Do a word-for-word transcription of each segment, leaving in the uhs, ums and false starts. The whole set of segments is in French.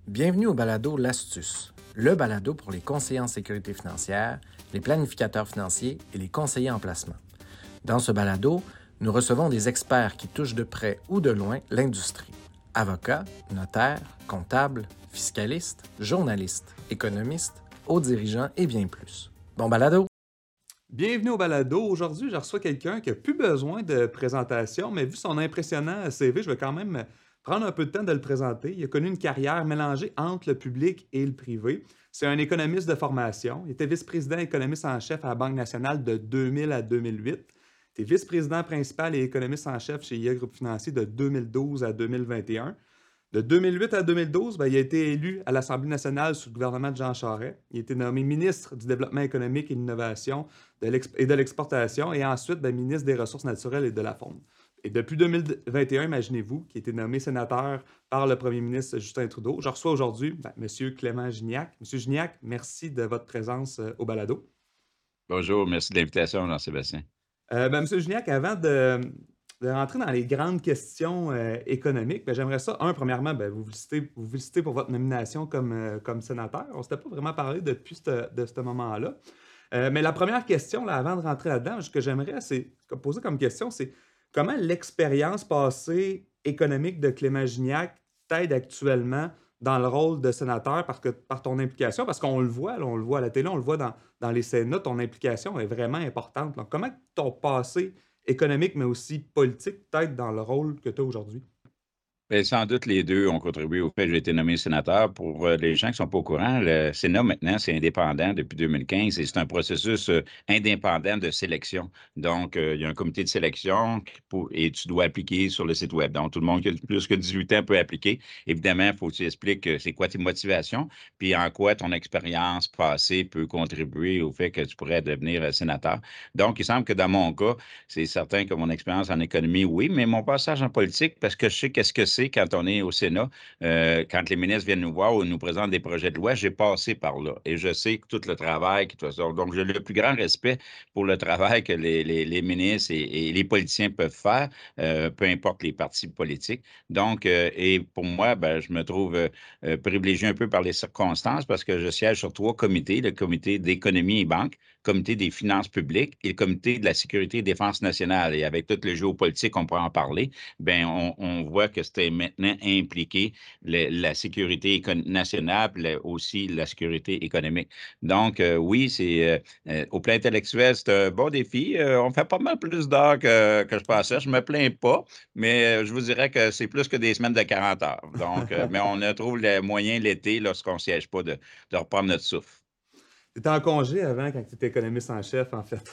Bienvenue au balado L'Astuce, le balado pour les conseillers en sécurité financière, les planificateurs financiers et les conseillers en placement. Dans ce balado, nous recevons des experts qui touchent de près ou de loin l'industrie. Avocats, notaires, comptables, fiscalistes, journalistes, économistes, hauts dirigeants et bien plus. Bon balado! Bienvenue au balado. Aujourd'hui, je reçois quelqu'un qui n'a plus besoin de présentation, mais vu son impressionnant C V, je vais quand même prendre un peu de temps de le présenter. Il a connu une carrière mélangée entre le public et le privé. C'est un économiste de formation. Il était vice-président économiste en chef à la Banque nationale de deux mille à deux mille huit. Il était vice-président principal et économiste en chef chez I A Groupe Financier de deux mille douze à deux mille vingt et un. De deux mille huit à deux mille douze, ben, il a été élu à l'Assemblée nationale sous le gouvernement de Jean Charest. Il a été nommé ministre du Développement économique et de l'Innovation et de l'Exportation et ensuite ben, ministre des Ressources naturelles et de la Faune. Et depuis deux mille vingt et un, imaginez-vous, qui a été nommé sénateur par le premier ministre Justin Trudeau. Je reçois aujourd'hui ben, M. Clément Gignac. M. Gignac, merci de votre présence euh, au balado. Bonjour, merci de l'invitation, Jean-Sébastien. Euh, ben, M. Gignac, avant de, de rentrer dans les grandes questions euh, économiques, ben, j'aimerais ça, un, premièrement, ben, vous, féliciter, vous féliciter pour votre nomination comme, euh, comme sénateur. On ne s'était pas vraiment parlé depuis ce, de ce moment-là. Euh, mais la première question, là, avant de rentrer là-dedans, ce que j'aimerais c'est, poser comme question, c'est comment l'expérience passée économique de Clément Gignac t'aide actuellement dans le rôle de sénateur parce que, par ton implication, parce qu'on le voit, là, on le voit à la télé, on le voit dans, dans les Sénats, ton implication est vraiment importante. Donc, comment ton passé économique, mais aussi politique, t'aide dans le rôle que tu as aujourd'hui? Bien, sans doute, les deux ont contribué au fait que j'ai été nommé sénateur. Pour euh, les gens qui ne sont pas au courant, le Sénat, maintenant, c'est indépendant depuis deux mille quinze et c'est un processus euh, indépendant de sélection. Donc, euh, il y a un comité de sélection qui pour- et tu dois appliquer sur le site Web. Donc, tout le monde qui a plus que dix-huit ans peut appliquer. Évidemment, il faut que tu expliques euh, c'est quoi tes motivations, puis en quoi ton expérience passée peut contribuer au fait que tu pourrais devenir euh, sénateur. Donc, il semble que dans mon cas, c'est certain que mon expérience en économie, oui, mais mon passage en politique, parce que je sais qu'est-ce que c'est quand on est au Sénat, euh, quand les ministres viennent nous voir ou nous présentent des projets de loi, j'ai passé par là et je sais que tout le travail qui doit sortir. Donc, j'ai le plus grand respect pour le travail que les, les, les ministres et, et les politiciens peuvent faire, euh, peu importe les partis politiques. Donc, euh, et pour moi, ben, je me trouve euh, euh, privilégié un peu par les circonstances parce que je siège sur trois comités, le comité d'économie et banque, le comité des finances publiques et le comité de la sécurité et défense nationale. Et avec tout le géopolitique, on pourrait en parler, ben on, on voit que c'était maintenant impliqué le- la sécurité éco- nationale, puis la- aussi la sécurité économique. Donc, euh, oui, c'est euh, euh, au plan intellectuel, c'est un bon défi. Euh, on fait pas mal plus d'heures que, que je pensais. Je me plains pas, mais euh, je vous dirais que c'est plus que des semaines de quarante heures. Donc, euh, mais on a trouve le moyen l'été, lorsqu'on ne siège pas, de, de reprendre notre souffle. Tu étais en congé avant quand tu étais économiste en chef, en fait.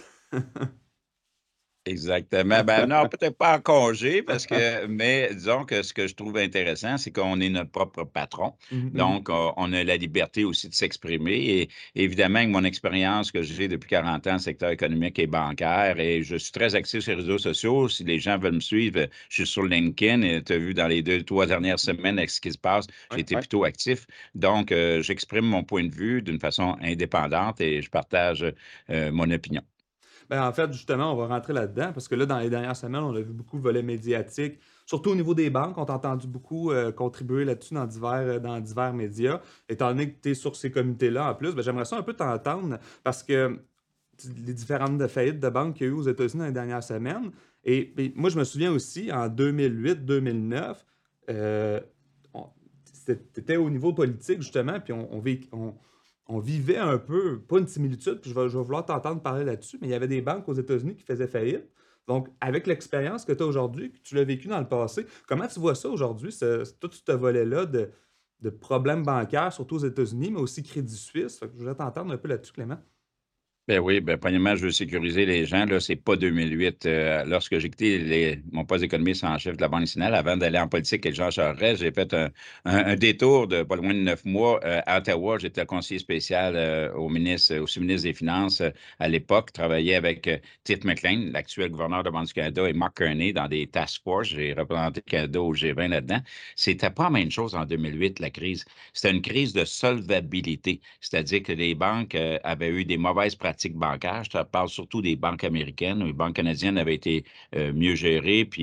Exactement. Ben non, peut-être pas en congé, parce que, mais disons que ce que je trouve intéressant, c'est qu'on est notre propre patron. Mhm, mhm. Donc, euh, on a la liberté aussi de s'exprimer. Et évidemment, avec mon expérience que j'ai depuis quarante ans dans le secteur économique et bancaire, et je suis très actif sur les réseaux sociaux. Si les gens veulent me suivre, je suis sur LinkedIn et tu as vu dans les deux, trois dernières semaines avec ce qui se passe, j'ai Ouais, été ouais. plutôt actif. Donc, euh, j'exprime mon point de vue d'une façon indépendante et je partage euh, mon opinion. Ben, en fait, justement, on va rentrer là-dedans parce que là, dans les dernières semaines, on a vu beaucoup le volet médiatique, surtout au niveau des banques. On t'a entendu beaucoup euh, contribuer là-dessus dans divers, euh, dans divers médias. Étant donné que tu es sur ces comités-là en plus, ben, j'aimerais ça un peu t'entendre parce que tu- les différentes faillites de banques qu'il y a eu aux États-Unis dans les dernières semaines. Et, et moi, je me souviens aussi, en deux mille huit deux mille neuf, euh, tu étais au niveau politique, justement, puis on, on, vé- on- on vivait un peu, pas une similitude, puis je vais, je vais vouloir t'entendre parler là-dessus, mais il y avait des banques aux États-Unis qui faisaient faillite. Donc, avec l'expérience que tu as aujourd'hui, que tu l'as vécu dans le passé, comment tu vois ça aujourd'hui, ce- tout ce volet-là de, de problèmes bancaires, surtout aux États-Unis, mais aussi Crédit Suisse? Fait que je voulais t'entendre un peu là-dessus, Clément. Ben oui, ben premièrement, je veux sécuriser les gens. Là, c'est pas deux mille huit. Euh, lorsque j'ai quitté les- mon poste d'économiste en chef de la Banque nationale, avant d'aller en politique avec Jean Charest, j'ai fait un, un- un détour de pas loin de neuf mois euh, à Ottawa. J'étais conseiller spécial euh, au ministre, au sous-ministre des Finances euh, à l'époque. Travaillais avec euh, Tite McLean, l'actuel gouverneur de la Banque du Canada, et Mark Kearney dans des task force. J'ai représenté le Canada au G vingt là-dedans. C'était pas la même chose en deux mille huit, la crise. C'était une crise de solvabilité, c'est-à-dire que les banques euh, avaient eu des mauvaises pratiques bancaires. Je te parle surtout des banques américaines. Les banques canadiennes avaient été euh, mieux gérées, puis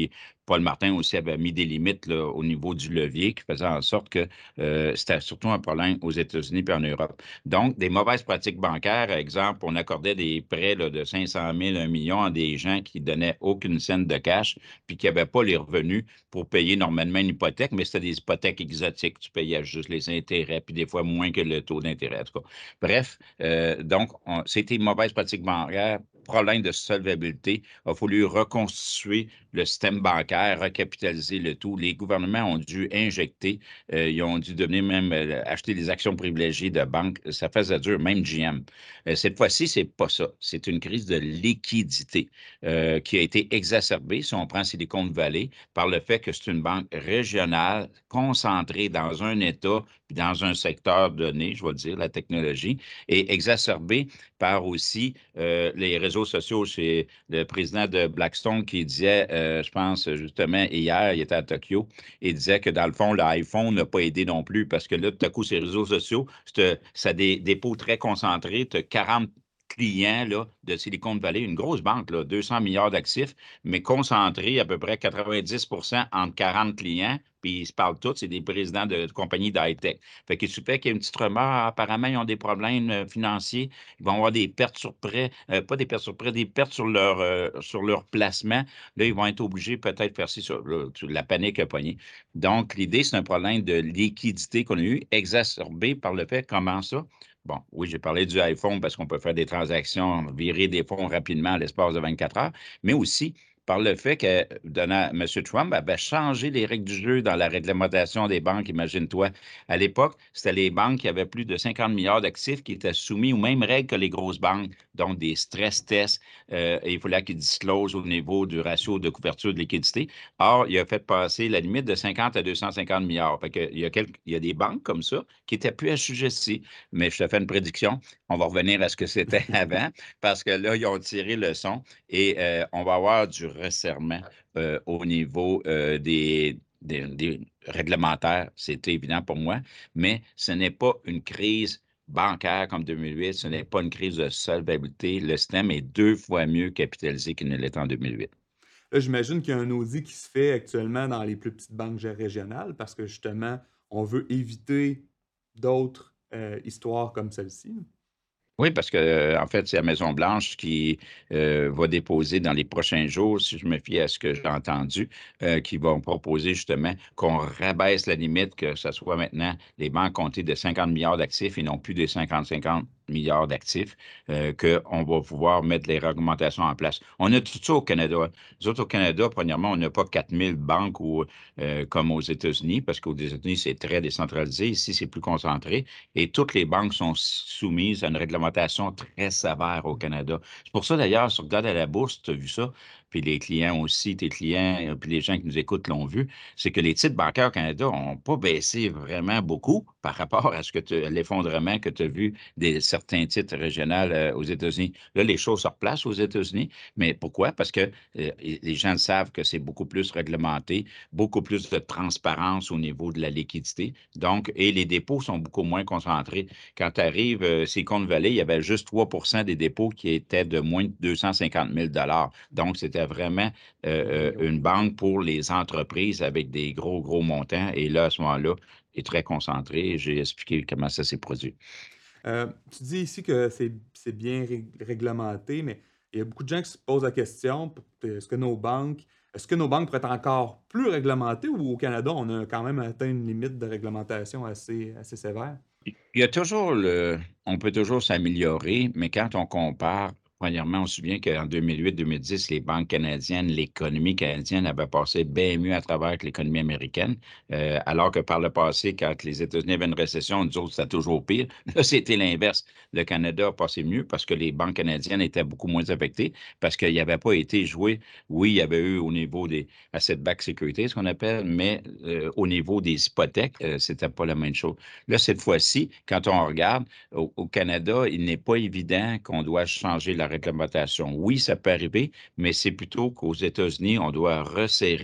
Paul Martin aussi avait mis des limites là, au niveau du levier qui faisait en sorte que euh, c'était surtout un problème aux États-Unis et en Europe. Donc, des mauvaises pratiques bancaires, exemple, on accordait des prêts là, de cinq cent mille, un million à des gens qui ne donnaient aucune scène de cash puis qui n'avaient pas les revenus pour payer normalement une hypothèque, mais c'était des hypothèques exotiques. Tu payais juste les intérêts, puis des fois moins que le taux d'intérêt, en tout cas. Bref, euh, donc, on, c'était une mauvaise pratique bancaire, problème de solvabilité. Il a fallu reconstituer le système bancaire, recapitaliser le tout. Les gouvernements ont dû injecter, euh, ils ont dû devenir même euh, acheter des actions privilégiées de banques. Ça faisait dur, même G M. Euh, cette fois-ci, c'est pas ça. C'est une crise de liquidité euh, qui a été exacerbée, si on prend Silicon Valley, par le fait que c'est une banque régionale concentrée dans un État puis dans un secteur donné, je vais dire, la technologie, et exacerbée par aussi euh, les réseaux sociaux. Chez le président de Blackstone qui disait, euh, je pense justement hier, il était à Tokyo, et disait que dans le fond, l'iPhone n'a pas aidé non plus parce que là, tout à coup, ces réseaux sociaux, ça a des dépôts très concentrés, tu as quarante clients là, de Silicon Valley, une grosse banque, là, deux cents milliards d'actifs, mais concentrés à peu près quatre-vingt-dix pour cent entre quarante clients, puis ils se parlent tous, c'est des présidents de, de compagnies d'high-tech. Fait qu'il suffit qu'il y ait une petite rumeur, apparemment, ils ont des problèmes euh, financiers, ils vont avoir des pertes sur prêt, euh, pas des pertes sur prêt, des pertes sur leur, euh, sur leur placement. Là, ils vont être obligés peut-être de faire ci, ça. Là, la panique a pogné. Donc, l'idée, c'est un problème de liquidité qu'on a eu, exacerbé par le fait, comment ça? Bon, oui, j'ai parlé du iPhone parce qu'on peut faire des transactions, virer des fonds rapidement à l'espace de vingt-quatre heures, mais aussi par le fait que Donald, M. Trump avait changé les règles du jeu dans la réglementation des banques, imagine-toi. À l'époque, c'était les banques qui avaient plus de cinquante milliards d'actifs qui étaient soumis aux mêmes règles que les grosses banques, donc des stress tests. Euh, et il fallait qu'ils disclosent au niveau du ratio de couverture de liquidité. Or, il a fait passer la limite de cinquante à deux cent cinquante milliards. Fait que il y a quelques, il y a des banques comme ça qui étaient plus assujetties. Mais je te fais une prédiction. On va revenir à ce que c'était avant parce que là, ils ont tiré le son et euh, on va avoir du resserrement euh, au niveau euh, des, des, des réglementaires. C'est évident pour moi, mais ce n'est pas une crise bancaire comme deux mille huit, ce n'est pas une crise de solvabilité. Le système est deux fois mieux capitalisé qu'il ne l'était en deux mille huit. Là, j'imagine qu'il y a un audit qui se fait actuellement dans les plus petites banques régionales parce que justement, on veut éviter d'autres euh, histoires comme celle-ci. Oui, parce que, euh, en fait, c'est la Maison-Blanche qui euh, va déposer dans les prochains jours, si je me fie à ce que j'ai entendu, euh, qui vont proposer justement qu'on rabaisse la limite, que ce soit maintenant les banques comptées de cinquante milliards d'actifs et non plus des cinquante cinquante milliards d'actifs, euh, qu'on va pouvoir mettre les réglementations en place. On a tout ça au Canada. Nous autres, au Canada, premièrement, on n'a pas quatre mille banques ou, euh, comme aux États-Unis, parce qu'aux États-Unis, c'est très décentralisé. Ici, c'est plus concentré. Et toutes les banques sont soumises à une réglementation très sévère au Canada. C'est pour ça, d'ailleurs, sur Regarde à la bourse, tu as vu ça, puis les clients aussi, tes clients, euh, puis les gens qui nous écoutent l'ont vu, c'est que les titres bancaires au Canada n'ont pas baissé vraiment beaucoup par rapport à ce que tu, à l'effondrement que tu as vu des certains titres régionaux euh, aux États-Unis. Là, les choses se replacent aux États-Unis, mais pourquoi? Parce que euh, les gens savent que c'est beaucoup plus réglementé, beaucoup plus de transparence au niveau de la liquidité. Donc, et les dépôts sont beaucoup moins concentrés. Quand tu arrives, euh, Silicon Valley, il y avait juste trois pour cent des dépôts qui étaient de moins de deux cent cinquante mille dollars. Donc, c'était vraiment euh, euh, une banque pour les entreprises avec des gros, gros montants. Et là, à ce moment-là, est très concentré. J'ai expliqué comment ça s'est produit. Euh, tu dis ici que c'est c'est bien ré- réglementé, mais il y a beaucoup de gens qui se posent la question, p- est-ce que nos banques, est-ce que nos banques pourraient être encore plus réglementées ou au Canada, on a quand même atteint une limite de réglementation assez, assez sévère? Il y a toujours le, on peut toujours s'améliorer, mais quand on compare, premièrement, on se souvient qu'en deux mille huit deux mille dix, les banques canadiennes, l'économie canadienne avait passé bien mieux à travers que l'économie américaine, euh, alors que par le passé, quand les États-Unis avaient une récession, nous autres, c'était toujours pire. Là, c'était l'inverse. Le Canada a passé mieux parce que les banques canadiennes étaient beaucoup moins affectées, parce qu'il n'y avait pas été joué. Oui, il y avait eu au niveau des asset-backed securities, ce qu'on appelle, mais euh, au niveau des hypothèques, euh, c'était pas la même chose. Là, cette fois-ci, quand on regarde, au, au Canada, il n'est pas évident qu'on doit changer la réglementation. Oui, ça peut arriver, mais c'est plutôt qu'aux États-Unis, on doit resserrer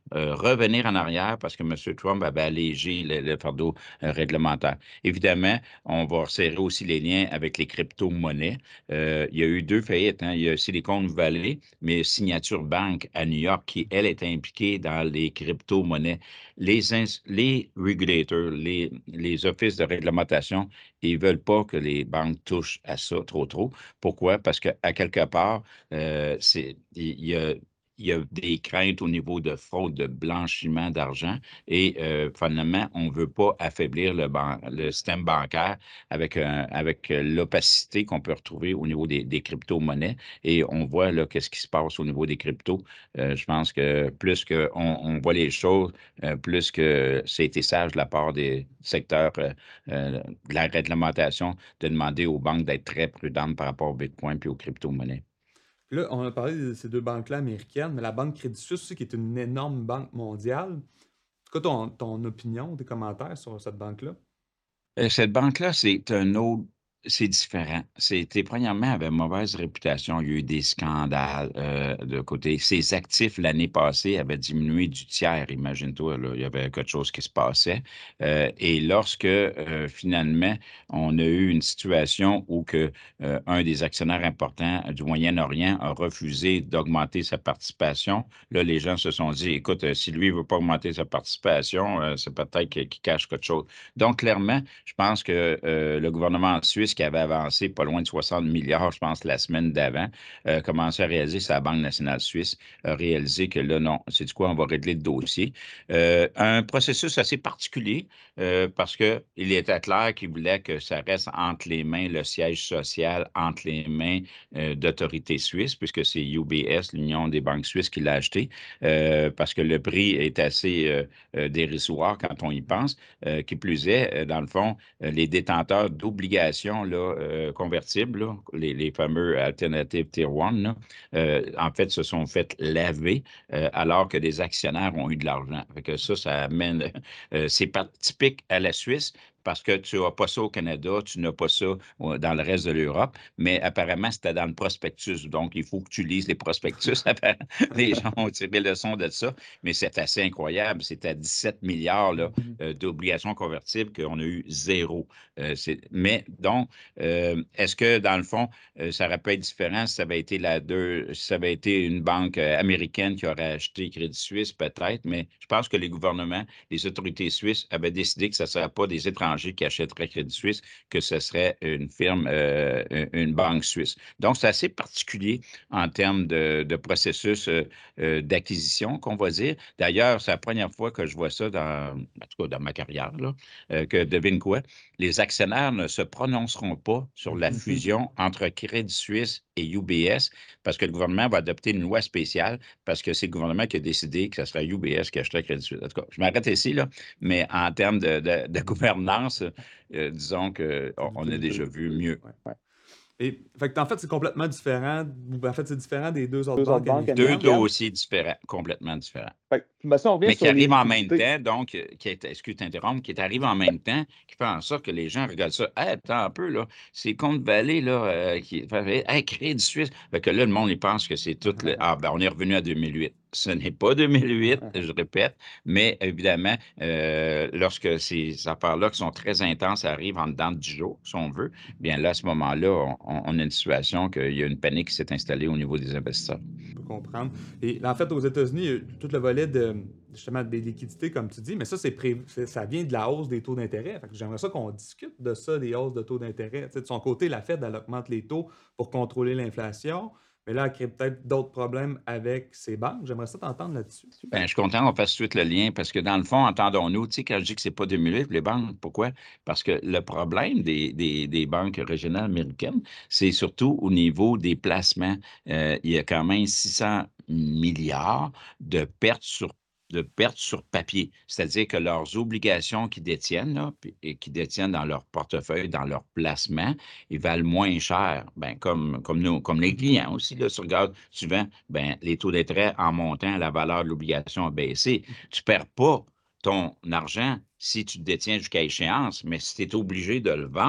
euh, revenir en arrière parce que M. Trump avait allégé le, le fardeau euh, réglementaire. Évidemment, on va resserrer aussi les liens avec les crypto-monnaies. Euh, il y a eu deux faillites, hein. Il y a Silicon Valley, mais Signature Bank à New York, qui, elle, est impliquée dans les crypto-monnaies. Les, ins- les regulators, les, les offices de réglementation, ils ne veulent pas que les banques touchent à ça trop, trop. Pourquoi? Parce qu'à quelque part, euh, c'est, il y a il y a des craintes au niveau de fraude, de blanchiment d'argent et euh, finalement, on ne veut pas affaiblir le, ban- le système bancaire avec, un- avec euh, l'opacité qu'on peut retrouver au niveau des, des crypto-monnaies. Et on voit là qu'est-ce qui se passe au niveau des cryptos. Euh, je pense que plus qu'on on voit les choses, euh, plus que c'est été sage de la part des secteurs euh, euh, de la réglementation de demander aux banques d'être très prudentes par rapport au Bitcoin et aux crypto-monnaies. Là, on a parlé de ces deux banques-là américaines, mais la Banque Crédit Suisse aussi, qui est une énorme banque mondiale. C'est quoi ton, ton opinion, tes commentaires sur cette banque-là? Euh, Cette banque-là, c'est un autre, c'est différent. C'était, premièrement, avait une mauvaise réputation. Il y a eu des scandales euh, de côté. Ses actifs l'année passée avaient diminué du tiers, imagine-toi, là. Il y avait quelque chose qui se passait. Euh, et lorsque euh, finalement, on a eu une situation où que, euh, un des actionnaires importants du Moyen-Orient a refusé d'augmenter sa participation, là, les gens se sont dit, écoute, euh, si lui ne veut pas augmenter sa participation, euh, c'est peut-être qu'il qu'il cache quelque chose. Donc, clairement, je pense que euh, le gouvernement suisse, qui avait avancé pas loin de soixante milliards, je pense, la semaine d'avant, euh, commençait à réaliser, sa Banque nationale suisse, a réalisé que là, non, c'est du quoi, on va régler le dossier. Euh, un processus assez particulier euh, parce qu'il était clair qu'il voulait que ça reste entre les mains, le siège social, entre les mains euh, d'autorités suisses, puisque c'est U B S, l'Union des banques suisses, qui l'a acheté, euh, parce que le prix est assez euh, euh, dérisoire quand on y pense. Euh, qui plus est, euh, dans le fond, euh, les détenteurs d'obligations là, euh, convertibles, là, les, les fameux Alternative Tier un, là, euh, en fait, se sont fait laver euh, alors que des actionnaires ont eu de l'argent. Fait que ça, ça amène, euh, c'est pas typique à la Suisse parce que tu n'as pas ça au Canada, tu n'as pas ça euh, dans le reste de l'Europe, mais apparemment, c'était dans le prospectus. Donc, il faut que tu lises les prospectus. Les gens ont tiré leçon de ça, mais c'est assez incroyable. C'était à dix-sept milliards là, Mhm. euh, d'obligations convertibles qu'on a eu zéro. Euh, c'est- mais donc, euh, est-ce que dans le fond, euh, ça aurait pu être différent si ça avait été la deux, si ça avait été une banque euh, américaine qui aurait acheté Crédit Suisse, peut-être, mais je pense que les gouvernements, les autorités suisses avaient décidé que ce ne serait pas des étrangers qui achèteraient Crédit Suisse, que ce serait une firme, euh, une banque suisse. Donc, c'est assez particulier en termes de, de processus euh, euh, d'acquisition, qu'on va dire. D'ailleurs, c'est la première fois que je vois ça dans, en tout cas dans ma carrière, là, euh, que devine quoi, les actionnaires ne se prononceront pas sur la fusion entre Crédit Suisse et U B S parce que le gouvernement va adopter une loi spéciale parce que c'est le gouvernement qui a décidé que ce serait U B S qui achèterait Crédit Suisse. En tout cas, je m'arrête ici, là, mais en termes de, de, de gouvernance, euh, disons C'est qu'on on a douteux. déjà vu mieux. Ouais. Et fait que, en fait, c'est complètement différent. ou En fait, c'est différent des deux autres banques Deux américaines. dossiers différents, complètement différents. Fait que, ben, si on revient Mais qui sur les arrive en même liquidités, temps, donc, euh, qui est, excuse de t'interrompre, qui est arrivé en même temps, qui fait en sorte que les gens regardent ça. Hey, attends un peu, là, c'est Compte Vallée, là, euh, qui fait, hey, Crédit Suisse. Fait que là, le monde, il pense que c'est tout. Le, ah, ben, on est revenu à deux mille huit. Ce n'est pas deux mille huit, je répète, mais évidemment, euh, lorsque ces affaires-là qui sont très intenses arrivent en dedans de dix jours, si on veut, bien là, à ce moment-là, on, on a une situation qu'il y a une panique qui s'est installée au niveau des investisseurs. Je peux comprendre. Et là, en fait, aux États-Unis, il y a tout le volet de justement des liquidités, comme tu dis, mais ça, c'est prévu, c'est- ça vient de la hausse des taux d'intérêt. Fait que j'aimerais ça qu'on discute de ça, des hausses de taux d'intérêt. Tu sais, de son côté, la Fed, elle augmente les taux pour contrôler l'inflation, mais là, elle crée peut-être d'autres problèmes avec ses banques. J'aimerais ça t'entendre là-dessus. Ben, je suis content qu'on fasse tout de suite le lien parce que dans le fond, entendons-nous, tu sais, quand je dis que c'est pas deux mille huit, les banques, pourquoi? Parce que le problème des, des, des banques régionales américaines, c'est surtout au niveau des placements. Euh, il y a quand même six cents milliards de pertes sur de pertes sur papier, c'est-à-dire que leurs obligations qu'ils détiennent là, puis- et qu'ils détiennent dans leur portefeuille, dans leur placement, ils valent moins cher. Ben, comme, comme nous, comme les clients aussi, là, si tu regardes souvent, ben, les taux d'intérêt en montant, la valeur de l'obligation a baissé. Tu ne perds pas ton argent si tu le détiens jusqu'à échéance, mais si tu es obligé de le vendre,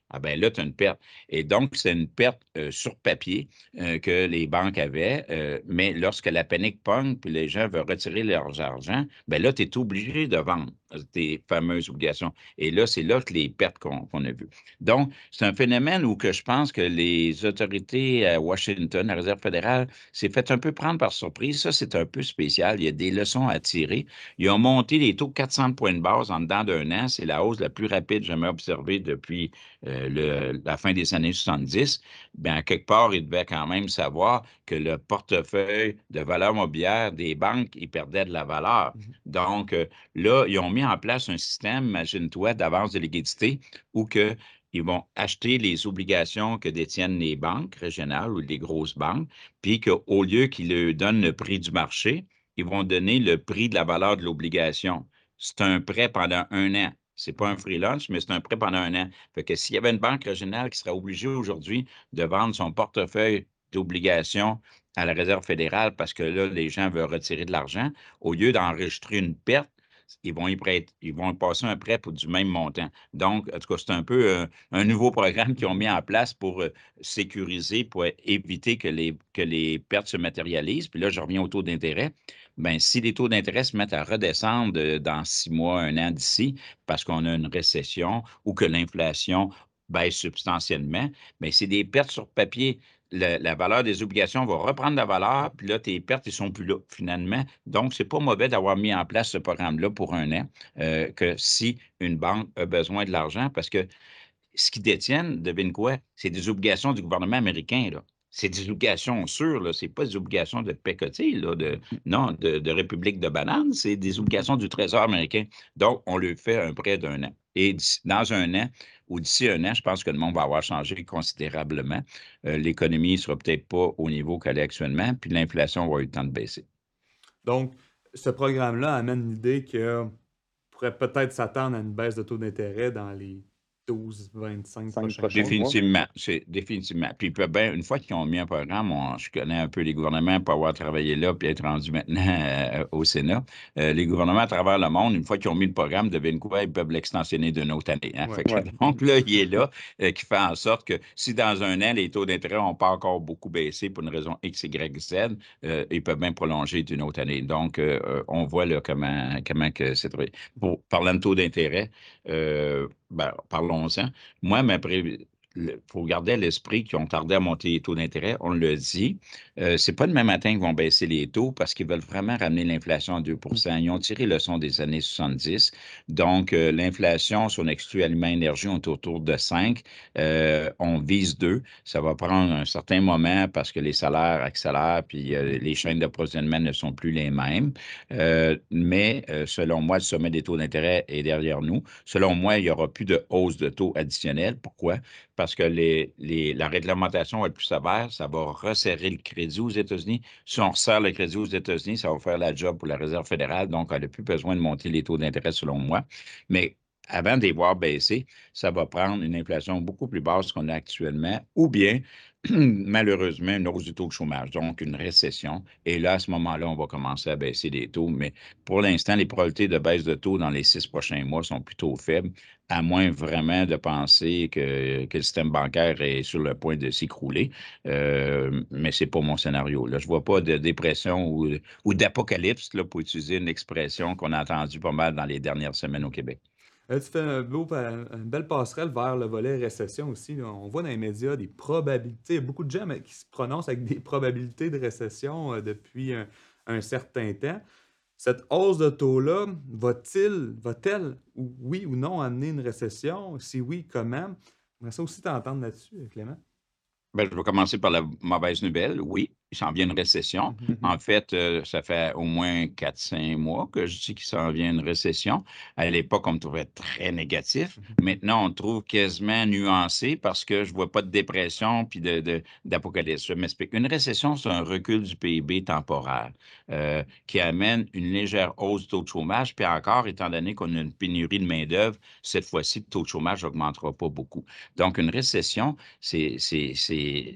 ah ben là, tu as une perte. Et donc, c'est une perte euh, sur papier euh, que les banques avaient, euh, mais lorsque la panique pogne, puis les gens veulent retirer leur argent, ben là, tu es obligé de vendre tes fameuses obligations. Et là, c'est là que les pertes qu'on qu'on a vues. Donc, c'est un phénomène où que je pense que les autorités à Washington, la Réserve fédérale, s'est fait un peu prendre par surprise. Ça, c'est un peu spécial. Il y a des leçons à tirer. Ils ont monté les taux de quatre cents points de base en dedans d'un an. C'est la hausse la plus rapide jamais observée depuis euh, le- la fin des années soixante-dix. Bien, quelque part, ils devaient quand même savoir que le portefeuille de valeur mobilière des banques, il perdait de la valeur. Mhm. Donc, euh, là, ils ont mis en place un système, imagine-toi, d'avance de liquidité où que ils vont acheter les obligations que détiennent les banques régionales ou les grosses banques, puis qu'au lieu qu'ils leur donnent le prix du marché, ils vont donner le prix de la valeur de l'obligation. C'est un prêt pendant un an. C'est pas un free lunch, mais c'est un prêt pendant un an. Fait que s'il y avait une banque régionale qui serait obligée aujourd'hui de vendre son portefeuille d'obligations à la Réserve fédérale parce que là, les gens veulent retirer de l'argent, au lieu d'enregistrer une perte, ils vont y prêter, ils vont y passer un prêt pour du même montant. Donc, en tout cas, c'est un peu euh, un nouveau programme qu'ils ont mis en place pour euh, sécuriser, pour éviter que les, que les pertes se matérialisent. Puis là, je reviens au taux d'intérêt. Bien, si les taux d'intérêt se mettent à redescendre euh, dans six mois, un an d'ici, parce qu'on a une récession ou que l'inflation baisse substantiellement, bien, c'est des pertes sur papier. La, la valeur des obligations va reprendre la valeur, puis là, tes pertes, ils sont plus là, finalement. Donc, c'est pas mauvais d'avoir mis en place ce programme-là pour un an, euh, que si une banque a besoin de l'argent, parce que ce qu'ils détiennent, devine quoi? C'est des obligations du gouvernement américain, là. C'est des obligations sûres, là. C'est pas des obligations de pécotilles, là, de, non, de, de République de banane. C'est des obligations du Trésor américain. Donc, on lui fait un prêt d'un an. Et d'ici- dans un an ou d'ici un an, je pense que le monde va avoir changé considérablement. Euh, l'économie ne sera peut-être pas au niveau qu'elle est actuellement, puis l'inflation va avoir eu le temps de baisser. Donc, ce programme-là amène l'idée qu'on pourrait peut-être s'attendre à une baisse de taux d'intérêt dans les douze vingt-cinq Cinq prochains prochains mois. mois. Définitivement, c'est définitivement. Puis, peut- ben, une fois qu'ils ont mis un programme, on- je connais un peu les gouvernements pour avoir travaillé là puis être rendu maintenant euh, au Sénat. Euh, les gouvernements à travers le monde, une fois qu'ils ont mis le programme, devine quoi, ils peuvent l'extensionner d'une autre année. Hein? Ouais. Fait que, Ouais. donc là, il est là, euh, qui fait en sorte que si dans un an, les taux d'intérêt n'ont pas encore beaucoup baissé pour une raison X, Y, Z, euh, ils peuvent même prolonger d'une autre année. Donc, euh, euh, on voit là comment, comment que c'est. Pour, parlant de taux d'intérêt, euh, ben, parlons-en. Moi, ma pré- il faut garder à l'esprit qu'ils ont tardé à monter les taux d'intérêt, on le dit. Euh, c'est pas demain matin qu'ils vont baisser les taux parce qu'ils veulent vraiment ramener l'inflation à deux pour cent. Ils ont tiré le son des années soixante-dix. Donc, euh, l'inflation, si on exclut aliments et énergie, on est autour de cinq. Euh, on vise deux. Ça va prendre un certain moment parce que les salaires accélèrent puis euh, les chaînes d'approvisionnement ne sont plus les mêmes. Euh, mais euh, selon moi, le sommet des taux d'intérêt est derrière nous. Selon moi, il n'y aura plus de hausse de taux additionnelle. Pourquoi? Parce que les, les, la réglementation va être plus sévère, ça va resserrer le crédit aux États-Unis. Si on resserre le crédit aux États-Unis, ça va faire la job pour la Réserve fédérale, donc elle n'a plus besoin de monter les taux d'intérêt selon moi. Mais avant de les voir baisser, ça va prendre une inflation beaucoup plus basse qu'on a actuellement, ou bien, malheureusement, une hausse du taux de chômage, donc une récession. Et là, à ce moment-là, on va commencer à baisser les taux. Mais pour l'instant, les probabilités de baisse de taux dans les six prochains mois sont plutôt faibles, à moins vraiment de penser que, que le système bancaire est sur le point de s'écrouler. Euh, mais ce n'est pas mon scénario. Là. Je ne vois pas de dépression ou, ou d'apocalypse, là, pour utiliser une expression qu'on a entendue pas mal dans les dernières semaines au Québec. Là, tu fais un beau, une belle passerelle vers le volet récession aussi, là. On voit dans les médias des probabilités. Il y a beaucoup de gens mais, qui se prononcent avec des probabilités de récession euh, depuis un, un certain temps. Cette hausse de taux-là, va-t-il, va-t-elle, ou- oui ou non, amener une récession? Si oui, comment? J'aimerais ça aussi t'entendre là-dessus, Clément. Ben, je vais commencer par la mauvaise nouvelle. Oui, il s'en vient une récession. Mhm. En fait, euh, ça fait au moins quatre cinq mois que je dis qu'il s'en vient une récession. À l'époque, on me trouvait très négatif. Mhm. Maintenant, on me trouve quasiment nuancé parce que je ne vois pas de dépression puis de, de- d'apocalypse. Je m'explique. Une récession, c'est un recul du P I B temporaire euh, qui amène une légère hausse du taux de chômage. Puis encore, étant donné qu'on a une pénurie de main-d'œuvre, cette fois-ci, le taux de chômage n'augmentera pas beaucoup. Donc, une récession, c'est, c'est, c'est,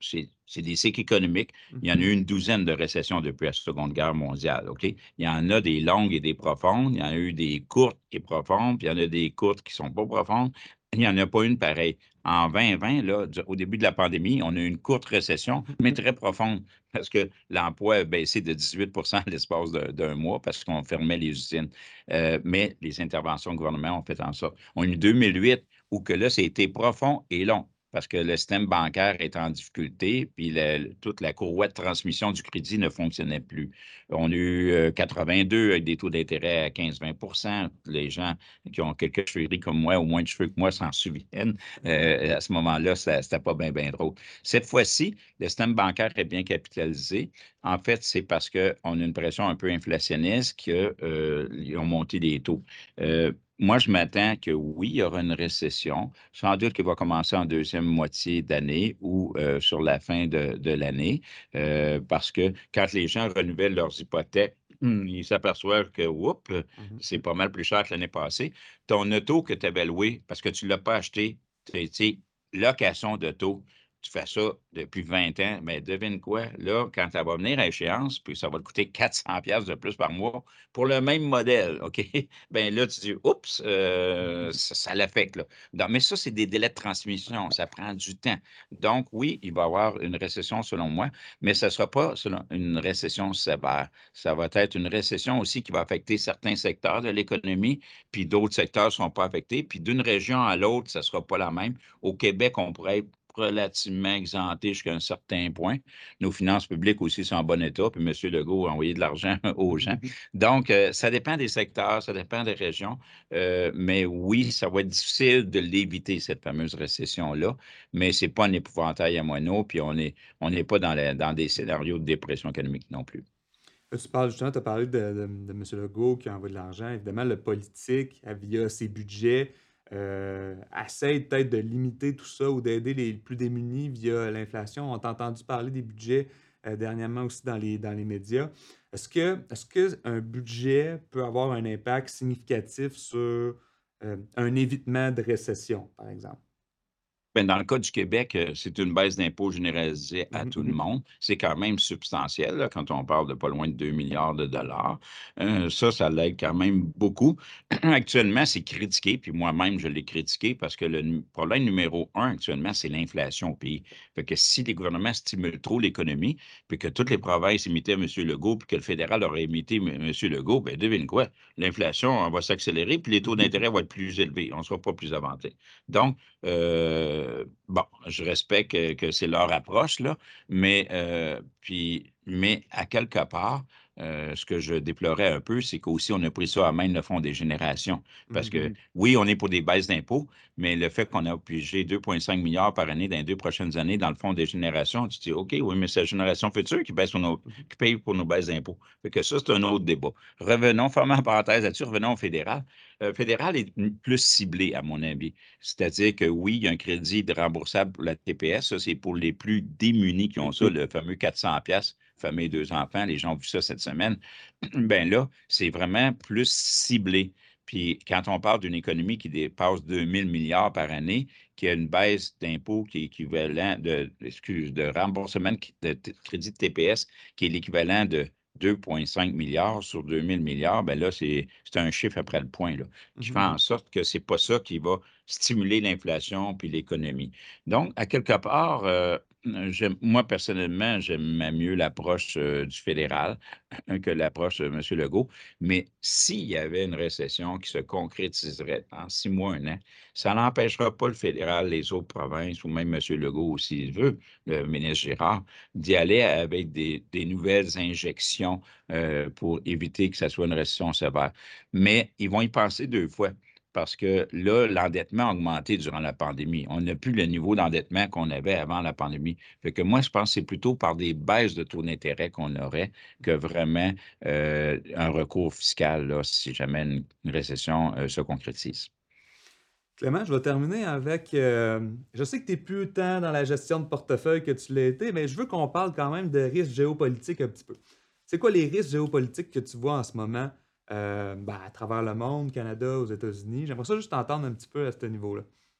c'est c'est des cycles économiques. Il y en a Mhm. eu une douzaine de récessions depuis la Seconde Guerre mondiale, OK? Il y en a des longues et des profondes, il y en a eu des courtes et profondes, puis il y en a des courtes qui sont pas profondes. Il n'y en a pas une pareille. En vingt vingt, là, du- au début de la pandémie, on a eu une courte récession, mais très profonde, parce que l'emploi a baissé de dix-huit à l'espace de- d'un mois parce qu'on fermait les usines. Euh, mais les interventions du gouvernement ont fait en sorte. On a eu deux mille huit où que là, c'était profond et long parce que le système bancaire est en difficulté, puis le- toute la courroie de transmission du crédit ne fonctionnait plus. On a eu euh, quatre-vingt-deux avec des taux d'intérêt à quinze à vingt. Les gens qui ont quelques cheveux comme moi, ou moins de cheveux que moi, s'en souviennent. Euh, à ce moment-là, ça n'était pas bien, bien drôle. Cette fois-ci, le système bancaire est bien capitalisé. En fait, c'est parce qu'on a une pression un peu inflationniste qu'ils ont monté les taux. Euh, moi, je m'attends que oui, il y aura une récession, sans doute qu'elle va commencer en deuxième moitié d'année ou euh, sur la fin de, de l'année, euh, parce que quand les gens renouvellent leurs hypothèques, hum, ils s'aperçoivent que, oups, Mhm. c'est pas mal plus cher que l'année passée. Ton auto que tu avais loué parce que tu ne l'as pas acheté, tu sais, location d'auto, tu fais ça depuis vingt ans, mais devine quoi, là, quand ça va venir à échéance, puis ça va te coûter quatre cents pièces de plus par mois pour le même modèle, OK? Ben là, tu dis, oups, euh, ça, ça l'affecte, là. Donc, mais ça, c'est des délais de transmission, ça prend du temps. Donc, oui, il va y avoir une récession selon moi, mais ce ne sera pas selon une récession sévère. Ça va être une récession aussi qui va affecter certains secteurs de l'économie, puis d'autres secteurs ne sont pas affectés. Puis d'une région à l'autre, ça ne sera pas la même. Au Québec, on pourrait être relativement exempté jusqu'à un certain point. Nos finances publiques aussi sont en bon état, puis M. Legault a envoyé de l'argent aux gens. Donc, euh, ça dépend des secteurs, ça dépend des régions, euh, mais oui, ça va être difficile de l'éviter, cette fameuse récession-là, mais ce n'est pas un épouvantail à moineaux, puis on n'est on n'est pas dans, la- dans des scénarios de dépression économique non plus. Là, tu parles justement, tu as parlé de, de, de M. Legault qui envoie de l'argent. Évidemment, le politique, euh, via ses budgets, euh, essaie peut-être de limiter tout ça ou d'aider les plus démunis via l'inflation. On t'a entendu parler des budgets euh, dernièrement aussi dans les, dans les médias. Est-ce que, est-ce qu'un budget peut avoir un impact significatif sur euh, un évitement de récession, par exemple? Ben, dans le cas du Québec, euh, c'est une baisse d'impôts généralisée à tout le monde. C'est quand même substantiel là, quand on parle de pas loin de deux milliards de dollars. Euh, ça, ça l'aide quand même beaucoup. Actuellement, c'est critiqué, puis moi-même, je l'ai critiqué parce que le nu- problème numéro un actuellement, c'est l'inflation au pays. Fait que si les gouvernements stimulent trop l'économie, puis que toutes les provinces imitaient M. Legault, puis que le fédéral aurait imité M. M. Legault, ben devine quoi? L'inflation elle va s'accélérer, puis les taux d'intérêt vont être plus élevés. On ne sera pas plus avantage. Donc, euh, bon, je respecte que, que c'est leur approche, là, mais, euh, puis, mais à quelque part, euh, ce que je déplorais un peu, c'est qu'aussi on a pris ça à main le Fonds des générations. Parce que oui, on est pour des baisses d'impôts, mais le fait qu'on a pigé deux virgule cinq milliards par année dans les deux prochaines années dans le Fonds des générations, tu te dis, OK, oui, mais c'est la génération future qui, baisse pour nos- qui paye pour nos baisses d'impôts. Fait que ça, c'est un autre débat. Revenons, fermons la parenthèse là-dessus, revenons au fédéral. Le fédéral est plus ciblé, à mon avis. C'est-à-dire que oui, il y a un crédit de remboursable pour la T P S. Ça, c'est pour les plus démunis qui ont ça, le fameux quatre cents pièces famille deux enfants. Les gens ont vu ça cette semaine. Ben là, c'est vraiment plus ciblé. Puis quand on parle d'une économie qui dépasse deux mille milliards par année, qui a une baisse d'impôt qui est équivalent de, excuse, de remboursement de, de crédit de T P S, qui est l'équivalent de deux virgule cinq milliards sur deux mille milliards, ben là, c'est c'est un chiffre après le point, là, qui fait en sorte que c'est pas ça qui va stimuler l'inflation puis l'économie. Donc, à quelque part, euh, j'aime- moi, personnellement, j'aime mieux l'approche euh, du fédéral que l'approche de M. Legault. Mais s'il y avait une récession qui se concrétiserait en six mois, un an, ça n'empêchera pas le fédéral, les autres provinces ou même M. Legault, s'il veut, le ministre Girard, d'y aller avec des, des nouvelles injections euh, pour éviter que ça soit une récession sévère. Mais ils vont y penser deux fois. Parce que là, l'endettement a augmenté durant la pandémie. On n'a plus le niveau d'endettement qu'on avait avant la pandémie. Fait que moi, je pense que c'est plutôt par des baisses de taux d'intérêt qu'on aurait que vraiment euh, un recours fiscal, là, si jamais une, une récession euh, se concrétise. Clément, je vais terminer avec. Euh, je sais que tu n'es plus tant dans la gestion de portefeuille que tu l'as été, mais je veux qu'on parle quand même de risques géopolitiques un petit peu. C'est quoi les risques géopolitiques que tu vois en ce moment euh, ben, à travers le monde, Canada, aux États-Unis? J'aimerais ça juste t'entendre un petit peu à ce niveau-là.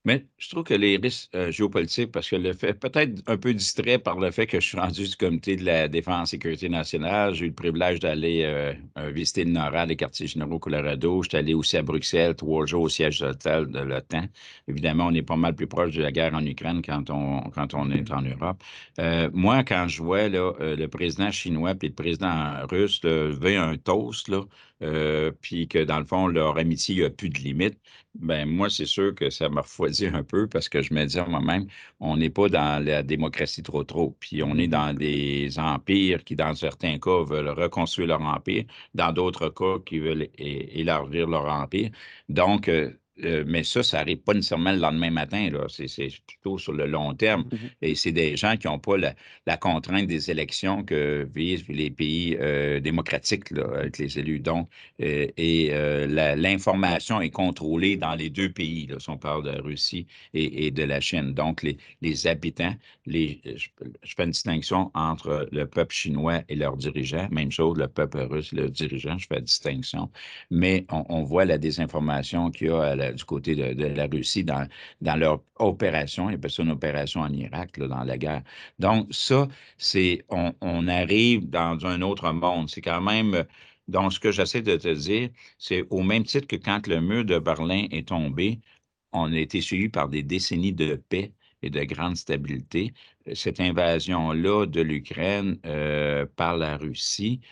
Mais je trouve que les risques euh, géopolitiques, parce que le fait, peut-être un peu distrait par le fait que je suis rendu du comité de la Défense et Sécurité nationale, j'ai eu le privilège d'aller euh, euh, visiter le NORAD, les quartiers généraux au Colorado. J'étais allé aussi à Bruxelles, trois jours au siège total de l'OTAN. Évidemment, on est pas mal plus proche de la guerre en Ukraine quand on, quand on est en Europe. Euh, moi, quand je vois là, euh, le président chinois et le président russe là, lever un toast, là, euh, puis que dans le fond, leur amitié n'a plus de limite, ben moi, c'est sûr que ça m'a refroidi un peu parce que je me dis à moi-même, on n'est pas dans la démocratie trop trop, puis on est Mhm. dans des empires qui, dans certains cas, veulent reconstruire leur empire, dans d'autres cas, qui veulent é- élargir leur empire. Donc, euh, euh, mais ça, ça n'arrive pas nécessairement le lendemain matin, là. C'est c'est plutôt sur le long terme. Mhm. Et c'est des gens qui n'ont pas la, la contrainte des élections que vivent les pays euh, démocratiques là, avec les élus. Donc, euh, et euh, la- l'information est contrôlée dans les deux pays, là, si on parle de la Russie et, et de la Chine. Donc, les, les habitants, les, je, je fais une distinction entre le peuple chinois et leurs dirigeants. Même chose, le peuple russe et leurs dirigeants, je fais la distinction. Mais on, on voit la désinformation qu'il y a à la- du côté de, de la Russie dans, dans leur opération. Il y a ça une opération en Irak, là, dans la guerre. Donc, ça, c'est, on, on arrive dans un autre monde. C'est quand même donc, ce que j'essaie de te dire, c'est au même titre que quand le mur de Berlin est tombé, on a été suivi par des décennies de paix et de grande stabilité. Cette invasion-là de l'Ukraine euh, par la Russie,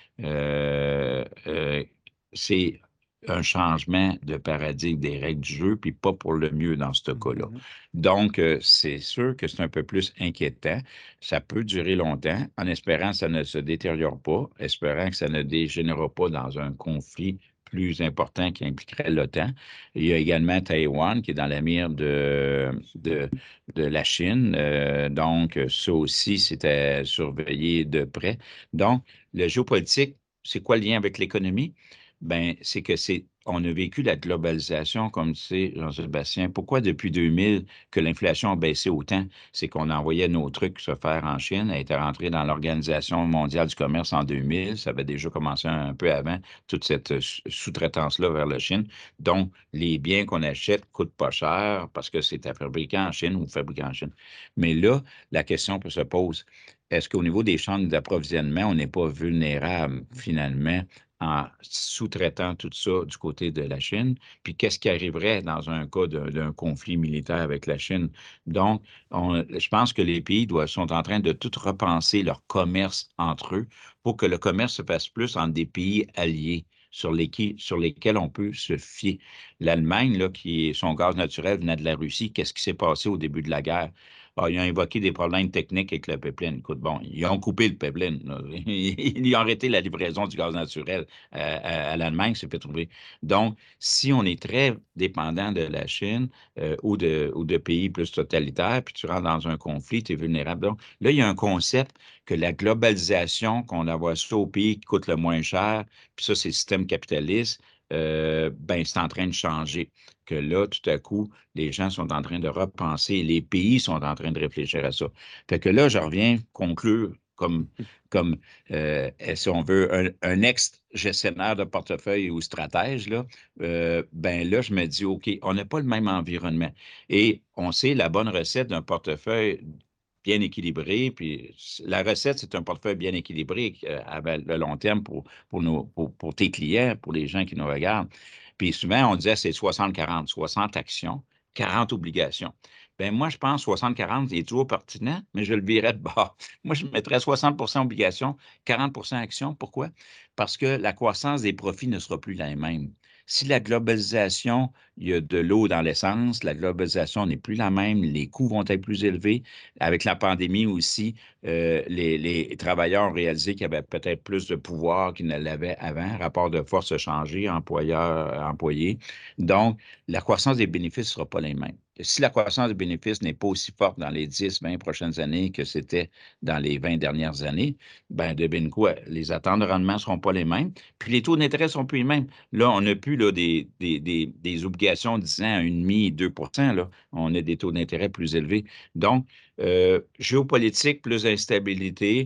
euh, euh, c'est un changement de paradigme des règles du jeu, puis pas pour le mieux dans ce cas-là. Mhm. Donc, euh, c'est sûr que c'est un peu plus inquiétant. Ça peut durer longtemps, en espérant que ça ne se détériore pas, espérant que ça ne dégénérera pas dans un conflit plus important qui impliquerait l'OTAN. Il y a également Taïwan qui est dans la mire de, de, de la Chine. Euh, donc, ça aussi, c'est à surveiller de près. Donc, le géopolitique, c'est quoi le lien avec l'économie? Ben, c'est que c'est, on a vécu la globalisation, comme tu sais, Jean-Sébastien. Pourquoi depuis deux mille que l'inflation a baissé autant? C'est qu'on envoyait nos trucs se faire en Chine. Elle était rentrée dans l'Organisation mondiale du commerce en deux mille. Ça avait déjà commencé un peu avant, toute cette euh, sous-traitance-là vers la Chine. Donc, les biens qu'on achète coûtent pas cher parce que c'est à fabriquer en Chine ou fabriqué en Chine. Mais là, la question peut se pose, est-ce qu'au niveau des chaînes d'approvisionnement, on n'est pas vulnérable finalement en sous-traitant tout ça du côté de la Chine? Puis qu'est-ce qui arriverait dans un cas d'un d'un conflit militaire avec la Chine? Donc, on- je pense que les pays doivent, sont en train de tout repenser leur commerce entre eux pour que le commerce se fasse plus entre des pays alliés sur lesquels, sur lesquels on peut se fier. L'Allemagne, là, qui son gaz naturel venait de la Russie, qu'est-ce qui s'est passé au début de la guerre? Ah, ils ont invoqué des problèmes techniques avec le pipeline. Écoute, bon, ils ont coupé le pipeline, là. Ils ont arrêté la livraison du gaz naturel à, à- à l'Allemagne, c'est fait trouver. Donc, si on est très dépendant de la Chine euh, ou, de, ou de pays plus totalitaires, puis tu rentres dans un conflit, tu es vulnérable. Donc, là, il y a un concept que la globalisation, qu'on envoie ça au pays qui coûte le moins cher, puis ça, c'est le système capitaliste, euh, ben, c'est en train de changer. Que là, tout à coup, les gens sont en train de repenser, les pays sont en train de réfléchir à ça. Fait que là, je reviens conclure comme, comme euh, si on veut, un, un ex-gestionnaire de portefeuille ou stratège, là, euh, ben là, je me dis, OK, on n'a pas le même environnement. Et on sait la bonne recette d'un portefeuille bien équilibré. Puis la recette, c'est un portefeuille bien équilibré euh, à le long terme pour, pour, nos, pour, pour tes clients, pour les gens qui nous regardent. Puis souvent, on disait c'est soixante quarante, soixante actions, quarante obligations. Ben moi, je pense soixante quarante est toujours pertinent, mais je le virais de bord. Moi, je mettrais soixante pour cent obligations, quarante pour cent actions. Pourquoi? Parce que la croissance des profits ne sera plus la même. Si la globalisation, il y a de l'eau dans l'essence, la globalisation n'est plus la même, les coûts vont être plus élevés. Avec la pandémie aussi, euh, les, les travailleurs ont réalisé qu'il y avait peut-être plus de pouvoir qu'ils ne l'avaient avant. Rapport de force a changé, employeur-employé. Donc, la croissance des bénéfices ne sera pas la même. Si la croissance des bénéfices n'est pas aussi forte dans les dix, vingt prochaines années que c'était dans les vingt dernières années, ben devine quoi, les attentes de rendement ne seront pas les mêmes, puis les taux d'intérêt ne seront plus les mêmes. Là, on n'a plus là, des, des, des, des obligations disant un virgule cinq, deux pour cent, là. On a des taux d'intérêt plus élevés. Donc, euh, géopolitique plus instabilité,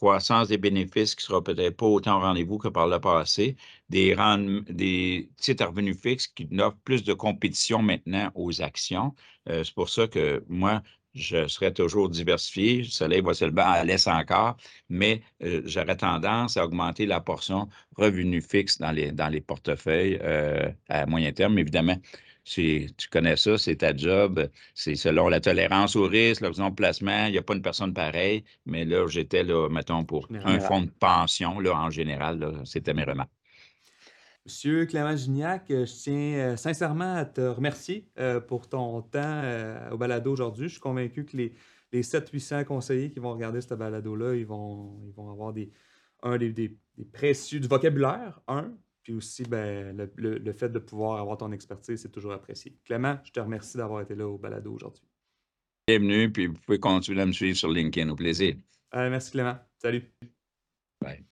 croissance des bénéfices qui sera peut-être pas autant au rendez-vous que par le passé, des, rend- des titres à revenus fixes qui offrent plus de compétition maintenant aux actions. Euh, c'est pour ça que moi, je serais toujours diversifié. Le soleil va se lever à l'est encore, mais euh, j'aurais tendance à augmenter la portion revenus fixes dans les, dans les portefeuilles euh, à moyen terme. Évidemment, c'est- tu connais ça, c'est ta job. C'est selon la tolérance au risque, l'option de placement. Il n'y a pas une personne pareille, mais là, j'étais, là, mettons, pour un Général. fonds de pension, là, en général, là, c'était mes remarques. Monsieur Clément Gignac, euh, je tiens euh, sincèrement à te remercier euh, pour ton temps euh, au balado aujourd'hui. Je suis convaincu que les, les sept cents huit cents conseillers qui vont regarder ce balado-là, ils vont, ils vont avoir des, un, des, des- des précieux, du vocabulaire, un, puis aussi ben, le, le- le fait de pouvoir avoir ton expertise, c'est toujours apprécié. Clément, je te remercie d'avoir été là au balado aujourd'hui. Bienvenue, puis vous pouvez continuer à me suivre sur LinkedIn. Au plaisir. Euh, merci Clément. Salut. Bye.